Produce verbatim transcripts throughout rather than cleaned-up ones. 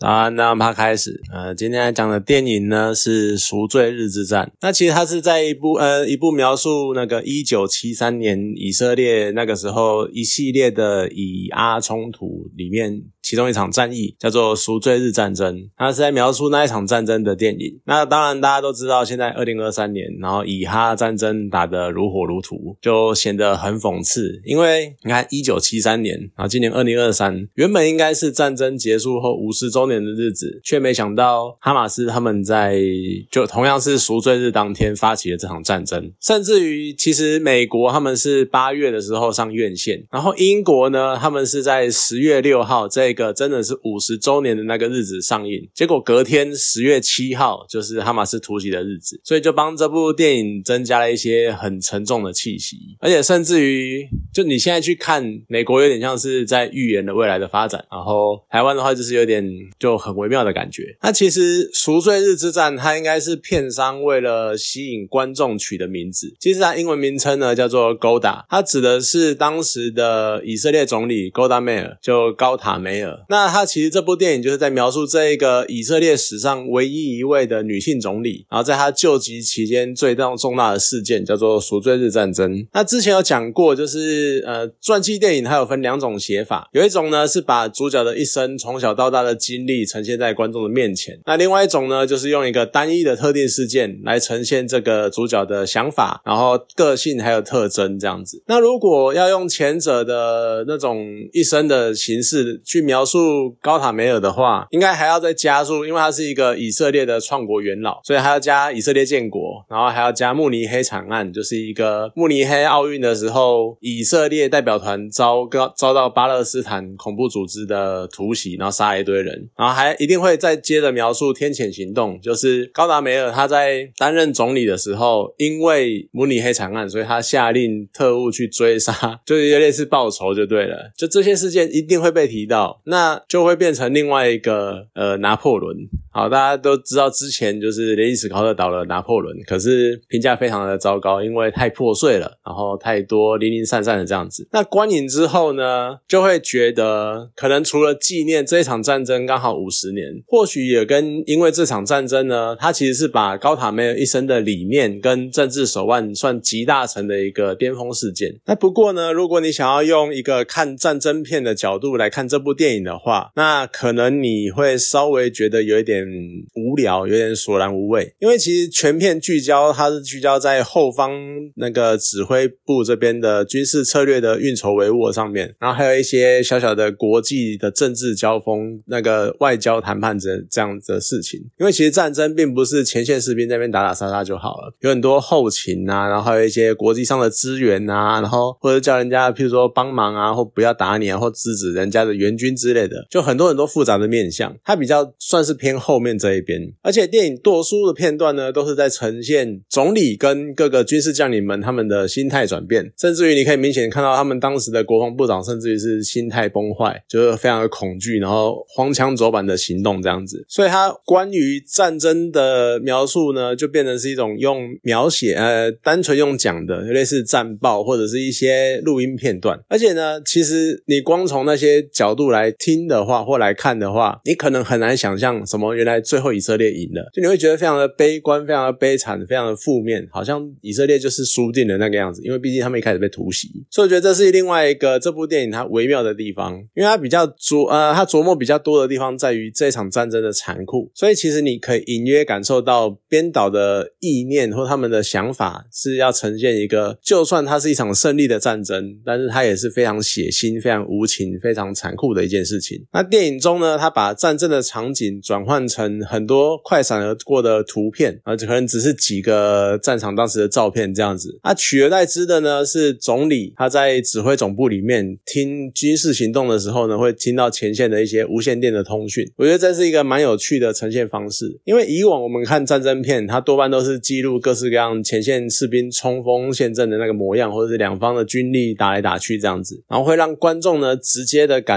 早安，那我们开始。呃，今天来讲的电影呢是《赎罪日之战》。那其实它是在一部呃一部描述那个一九七三年以色列那个时候一系列的以阿冲突里面其中一场战役，叫做赎罪日战争。它是在描述那一场战争的电影。那当然大家都知道，现在二零二三年，然后以哈战争打得如火如荼，就显得很讽刺。因为你看一九七三年，然后今年二零二三，原本应该是战争结束后五十周年的日子，却没想到哈马斯他们在就同样是赎罪日当天发起了这场战争。甚至于其实美国他们是八月的时候上院线，然后英国呢他们是在十月六号这个真的是五十周年的那个日子上映，结果隔天十月七号就是哈马斯突袭的日子，所以就帮这部电影增加了一些很沉重的气息。而且甚至于就你现在去看美国有点像是在预言了未来的发展，然后台湾的话就是有点就很微妙的感觉。那其实赎罪日之战它应该是片商为了吸引观众取的名字，其实它英文名称呢叫做 Golda， 它指的是当时的以色列总理 Golda Meir， 就高塔梅尔。那它其实这部电影就是在描述这一个以色列史上唯一一位的女性总理，然后在她就职期间最重大的事件叫做赎罪日战争。那之前有讲过，就是呃传记电影它有分两种写法，有一种呢是把主角的一生从小到大的经历呈现在观众的面前，那另外一种呢就是用一个单一的特定事件来呈现这个主角的想法，然后个性还有特征这样子。那如果要用前者的那种一生的形式去描述高塔梅尔的话，应该还要再加入，因为他是一个以色列的创国元老，所以还要加以色列建国，然后还要加慕尼黑惨案，就是一个慕尼黑奥运的时候以色列代表团遭遭到巴勒斯坦恐怖组织的突袭，然后杀了一堆人，然后还一定会再接着描述天谴行动，就是高达梅尔他在担任总理的时候，因为慕尼黑惨案，所以他下令特务去追杀，就是有类似报仇就对了，就这些事件一定会被提到，那就会变成另外一个呃拿破仑。好，大家都知道之前就是雷利史考特导了拿破仑，可是评价非常的糟糕，因为太破碎了，然后太多零零散散的这样子。那观影之后呢，就会觉得可能除了纪念这一场战争刚好五十年，或许也跟因为这场战争呢，它其实是把高塔梅尔一生的理念跟政治手腕算集大成的一个巅峰事件。那不过呢，如果你想要用一个看战争片的角度来看这部电影的话，那可能你会稍微觉得有一点无聊，有点索然无味，因为其实全片聚焦它是聚焦在后方那个指挥部这边的军事策略的运筹帷幄上面，然后还有一些小小的国际的政治交锋，那个外交谈判这这样的事情。因为其实战争并不是前线士兵在那边打打杀杀就好了，有很多后勤啊，然后还有一些国际上的资源啊，然后或者叫人家譬如说帮忙啊，或不要打你啊，或制止人家的援军之类的，就很多很多复杂的面向，它比较算是偏后面这一边。而且电影多数的片段呢都是在呈现总理跟各个军事将领们他们的心态转变，甚至于你可以明显看到他们当时的国防部长甚至于是心态崩坏，就是非常的恐惧，然后荒腔走板的行动这样子。所以他关于战争的描述呢就变成是一种用描写呃，单纯用讲的类似战报或者是一些录音片段。而且呢其实你光从那些角度来听的话或来看的话，你可能很难想象什么原来最后以色列赢了，就你会觉得非常的悲观，非常的悲惨，非常的负面，好像以色列就是输定了那个样子，因为毕竟他们一开始被突袭。所以我觉得这是另外一个这部电影它微妙的地方，因为它比较琢呃，它琢磨比较多的地方在于这场战争的残酷，所以其实你可以隐约感受到编导的意念或他们的想法是要呈现一个就算它是一场胜利的战争，但是它也是非常血腥，非常无情，非常残酷的一件事情。那电影中呢，它把战争的场景转换成很多快闪而过的图片，而可能只是几个战场当时的照片这样子。那取而代之的呢是总理他在指挥总部里面听军事行动的时候呢，会听到前线的一些无线电的通讯。我觉得这是一个蛮有趣的呈现方式，因为以往我们看战争片它多半都是记录各式各样前线士兵冲锋陷阵的那个模样，或者是两方的军力打来打去这样子，然后会让观众呢直接的感受到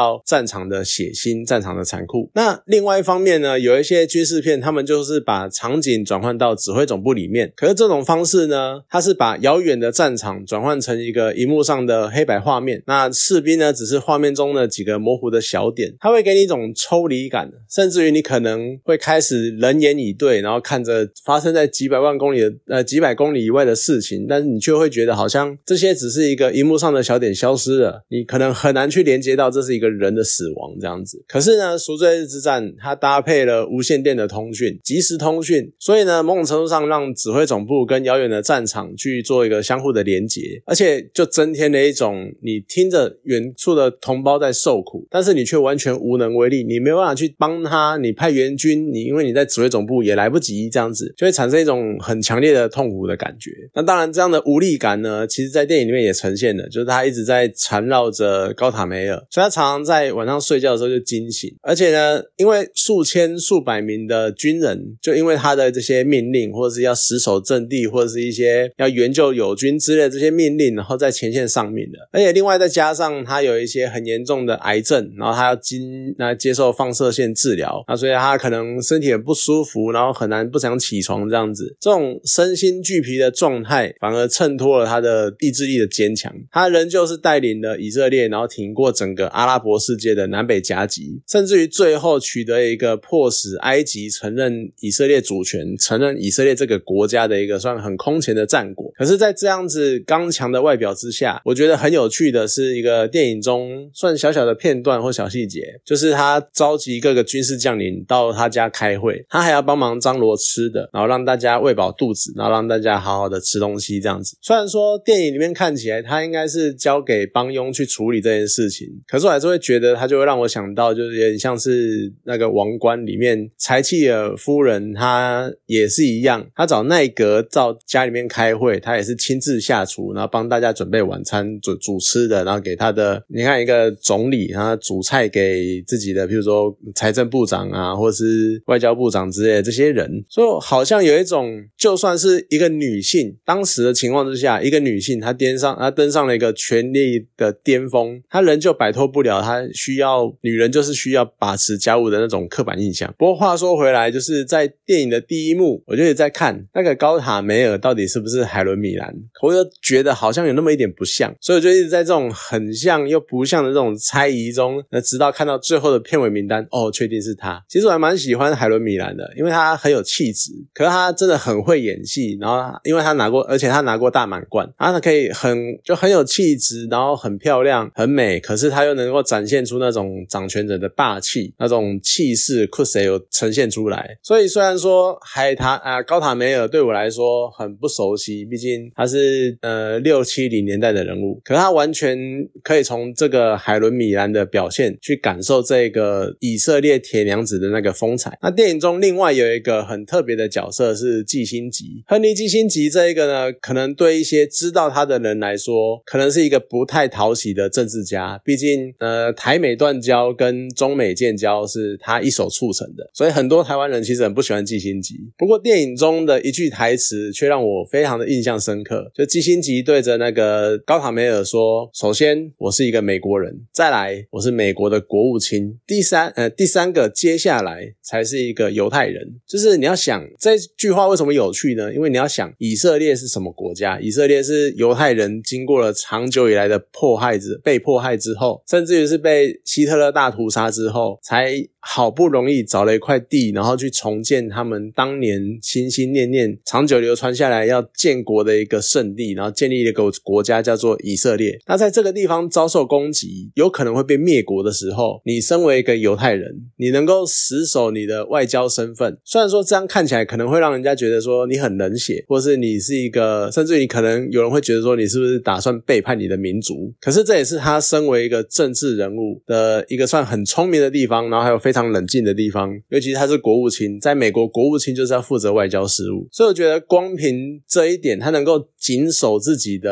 到战场的血腥，战场的残酷。那另外一方面呢，有一些军事片他们就是把场景转换到指挥总部里面，可是这种方式呢，它是把遥远的战场转换成一个萤幕上的黑白画面，那士兵呢只是画面中的几个模糊的小点，它会给你一种抽离感，甚至于你可能会开始人眼以对，然后看着发生在几百万公里的呃几百公里以外的事情，但是你却会觉得好像这些只是一个萤幕上的小点消失了，你可能很难去连接到这是一个人的死亡这样子。可是呢，赎罪日之战它搭配了无线电的通讯，即时通讯，所以呢某种程度上让指挥总部跟遥远的战场去做一个相互的连结，而且就增添了一种你听着远处的同胞在受苦，但是你却完全无能为力，你没有办法去帮他，你派援军，你因为你在指挥总部也来不及，这样子就会产生一种很强烈的痛苦的感觉。那当然这样的无力感呢，其实在电影里面也呈现了，就是他一直在缠绕着高塔梅尔，所以他常常在晚上睡觉的时候就惊醒，而且呢因为数千数百名的军人就因为他的这些命令，或者是要死守阵地，或者是一些要援救友军之类的这些命令，然后在前线上面的，而且另外再加上他有一些很严重的癌症，然后他要经那接受放射线治疗，那所以他可能身体很不舒服，然后很难不想起床这样子，这种身心俱疲的状态反而衬托了他的意志力的坚强，他仍旧是带领了以色列然后挺过整个阿拉伯世界的南北夹击，甚至于最后取得一个迫使埃及承认以色列主权，承认以色列这个国家的一个算很空前的战果。可是在这样子刚强的外表之下，我觉得很有趣的是一个电影中算小小的片段或小细节，就是他召集各个军事将领到他家开会，他还要帮忙张罗吃的，然后让大家喂饱肚子，然后让大家好好的吃东西这样子。虽然说电影里面看起来他应该是交给帮佣去处理这件事情，可是我还是会觉得他就会让我想到就是有点像是那个王冠里面柴契尔夫人，她也是一样，她找奈格到家里面开会，她也是亲自下厨，然后帮大家准备晚餐，煮煮吃的，然后给他的你看一个总理他煮菜给自己的比如说财政部长啊或是外交部长之类的这些人，所以好像有一种就算是一个女性当时的情况之下，一个女性她登上她登上了一个权力的巅峰，她仍旧摆脱不了她需要女人就是需要把持家务的那种刻板印象。不过话说回来，就是在电影的第一幕我就也在看那个高塔梅尔到底是不是海伦米兰，我就觉得好像有那么一点不像，所以我就一直在这种很像又不像的这种猜疑中，那直到看到最后的片尾名单，哦，确定是他。其实我还蛮喜欢海伦米兰的，因为他很有气质，可是他真的很会演戏，然后因为他拿过，而且他拿过大满贯，他可以很就很有气质，然后很漂亮很美，可是他又能够展现出那种掌权者的霸气，那种气势酷谁有呈现出来。所以虽然说海塔啊高塔梅尔对我来说很不熟悉，毕竟他是呃六七零年代的人物，可是他完全可以从这个海伦米兰的表现去感受这个以色列铁娘子的那个风采。那电影中另外有一个很特别的角色是季辛吉，亨利季辛吉这一个呢，可能对一些知道他的人来说可能是一个不太讨喜的政治家，毕竟呃台美断交跟中美建交是他一手促成的，所以很多台湾人其实很不喜欢季辛吉。不过电影中的一句台词却让我非常的印象深刻，就季辛吉对着那个高塔梅尔说，首先我是一个美国人，再来我是美国的国务卿，第三呃第三个接下来才是一个犹太人。就是你要想这句话为什么有趣呢？因为你要想以色列是什么国家，以色列是犹太人经过了长久以来的迫害之被迫害之后，甚至于是被希特勒大屠杀之后，才好不容易找了一块地，然后去重建他们当年心心念念长久流传下来要建国的一个圣地，然后建立一个国家叫做以色列。那在这个地方遭受攻击，有可能会被灭国的时候，你身为一个犹太人，你能够死守你的外交身份，虽然说这样看起来可能会让人家觉得说你很冷血，或是你是一个，甚至你可能有人会觉得说你是不是打算背叛你的民族，可是这也是他身为一个政治人物的一个算很聪明的地方，然后还有非常冷静的地方，尤其是他是国务卿，在美国国务卿就是要负责外交事务，所以我觉得光凭这一点他能够谨守自己的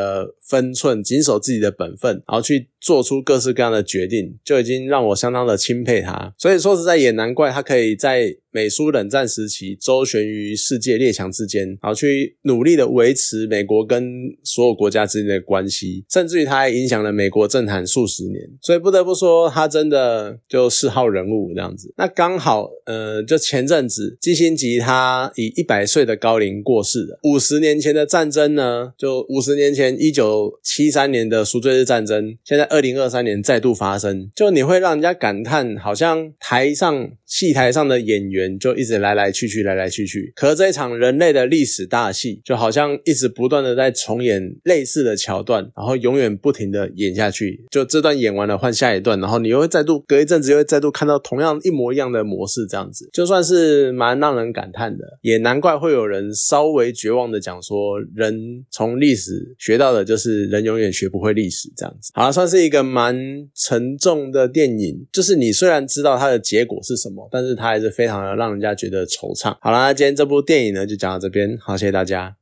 分寸，谨守自己的本分，然后去做出各式各样的决定，就已经让我相当的钦佩他。所以说实在也难怪他可以在美苏冷战时期周旋于世界列强之间，然后去努力的维持美国跟所有国家之间的关系，甚至于他还影响了美国政坛数十年。所以不得不说他真的就是号人物这样子。那刚好呃，就前阵子基辛吉他以一百岁的高龄过世了。五十年前的战争呢，就五十年前一九七三年的赎罪日战争，现在二零二三年再度发生，就你会让人家感叹，好像台上戏台上的演员就一直来来去去来来去去，可是这一场人类的历史大戏就好像一直不断的在重演类似的桥段，然后永远不停的演下去，就这段演完了换下一段，然后你又会再度隔一阵子又会再度看到同样一模一样的模式，这样子就算是蛮让人感叹的。也难怪会有人稍微绝望的讲说，人从历史学到的就是人永远学不会历史这样子。好了，算是一个蛮沉重的电影，就是你虽然知道它的结果是什么，但是它还是非常的让人家觉得惆怅。好啦，今天这部电影呢就讲到这边，好，谢谢大家。